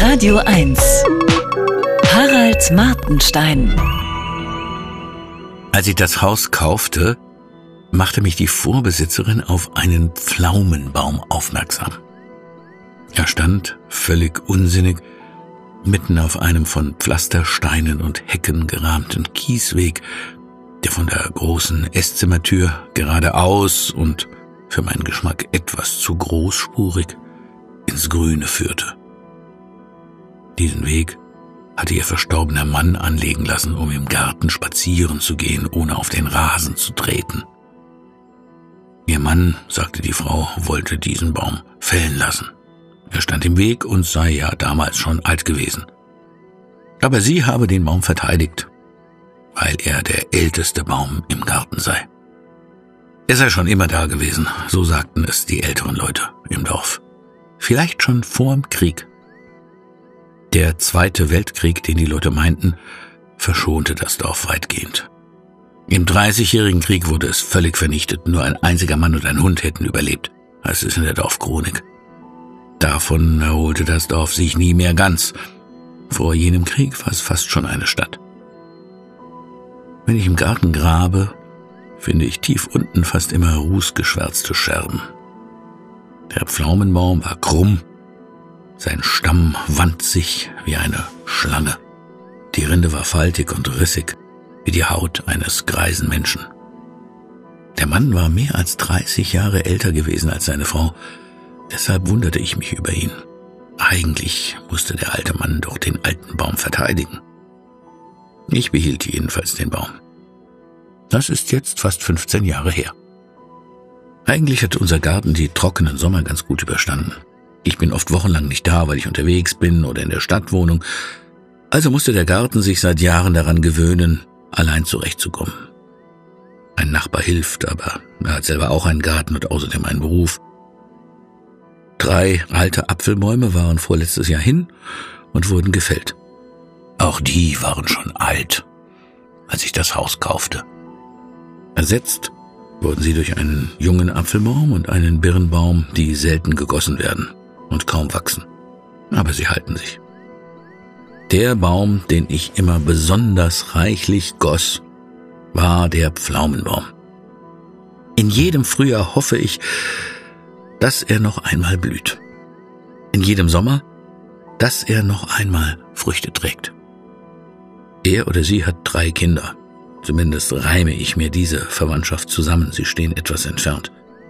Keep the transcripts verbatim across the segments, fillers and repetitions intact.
Radio eins. Harald Martenstein. Als ich das Haus kaufte, machte mich die Vorbesitzerin auf einen Pflaumenbaum aufmerksam. Er stand, völlig unsinnig, mitten auf einem von Pflastersteinen und Hecken gerahmten Kiesweg, der von der großen Esszimmertür geradeaus und für meinen Geschmack etwas zu großspurig ins Grüne führte. Diesen Weg hatte ihr verstorbener Mann anlegen lassen, um im Garten spazieren zu gehen, ohne auf den Rasen zu treten. Ihr Mann, sagte die Frau, wollte diesen Baum fällen lassen. Er stand im Weg und sei ja damals schon alt gewesen. Aber sie habe den Baum verteidigt, weil er der älteste Baum im Garten sei. Er sei schon immer da gewesen, so sagten es die älteren Leute im Dorf. Vielleicht schon vorm Krieg. Der Zweite Weltkrieg, den die Leute meinten, verschonte das Dorf weitgehend. Im Dreißigjährigen Krieg wurde es völlig vernichtet, nur ein einziger Mann und ein Hund hätten überlebt, heißt es in der Dorfchronik. Davon erholte das Dorf sich nie mehr ganz. Vor jenem Krieg war es fast schon eine Stadt. Wenn ich im Garten grabe, finde ich tief unten fast immer rußgeschwärzte Scherben. Der Pflaumenbaum war krumm, sein Stamm wand sich wie eine Schlange. Die Rinde war faltig und rissig, wie die Haut eines greisen Menschen. Der Mann war mehr als dreißig Jahre älter gewesen als seine Frau, deshalb wunderte ich mich über ihn. Eigentlich musste der alte Mann doch den alten Baum verteidigen. Ich behielt jedenfalls den Baum. Das ist jetzt fast fünfzehn Jahre her. Eigentlich hatte unser Garten die trockenen Sommer ganz gut überstanden. Ich bin oft wochenlang nicht da, weil ich unterwegs bin oder in der Stadtwohnung. Also musste der Garten sich seit Jahren daran gewöhnen, allein zurechtzukommen. Ein Nachbar hilft, aber er hat selber auch einen Garten und außerdem einen Beruf. Drei alte Apfelbäume waren vorletztes Jahr hin und wurden gefällt. Auch die waren schon alt, als ich das Haus kaufte. Ersetzt wurden sie durch einen jungen Apfelbaum und einen Birnbaum, die selten gegossen werden und kaum wachsen. Aber sie halten sich. Der Baum, den ich immer besonders reichlich goss, war der Pflaumenbaum. In jedem Frühjahr hoffe ich, dass er noch einmal blüht. In jedem Sommer, dass er noch einmal Früchte trägt. Er oder sie hat drei Kinder. Zumindest reime ich mir diese Verwandtschaft zusammen, sie stehen etwas entfernt.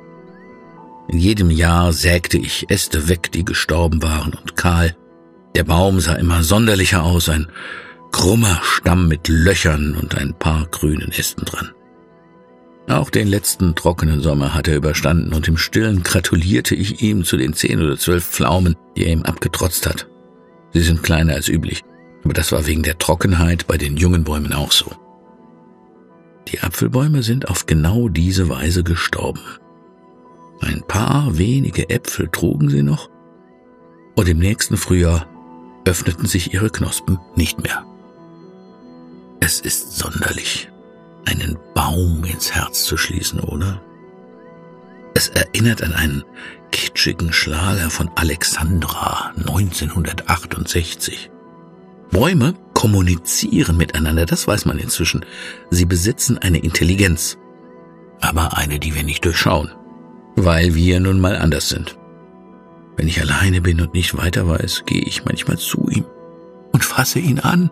In jedem Jahr sägte ich Äste weg, die gestorben waren und kahl. Der Baum sah immer sonderlicher aus, ein krummer Stamm mit Löchern und ein paar grünen Ästen dran. Auch den letzten trockenen Sommer hat er überstanden und im Stillen gratulierte ich ihm zu den zehn oder zwölf Pflaumen, die er ihm abgetrotzt hat. Sie sind kleiner als üblich, aber das war wegen der Trockenheit bei den jungen Bäumen auch so. Die Apfelbäume sind auf genau diese Weise gestorben. Ein paar wenige Äpfel trugen sie noch und im nächsten Frühjahr öffneten sich ihre Knospen nicht mehr. Es ist sonderlich, einen Baum ins Herz zu schließen, oder? Es erinnert an einen kitschigen Schlager von Alexandra neunzehnhundertachtundsechzig. Bäume kommunizieren miteinander, das weiß man inzwischen. Sie besitzen eine Intelligenz, aber eine, die wir nicht durchschauen, weil wir nun mal anders sind. Wenn ich alleine bin und nicht weiter weiß, gehe ich manchmal zu ihm und fasse ihn an.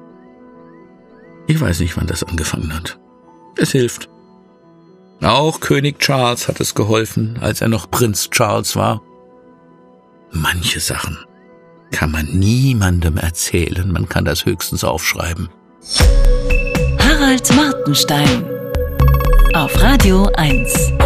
Ich weiß nicht, wann das angefangen hat. Es hilft. Auch König Charles hat es geholfen, als er noch Prinz Charles war. Manche Sachen kann man niemandem erzählen, man kann das höchstens aufschreiben. Harald Martenstein auf Radio eins.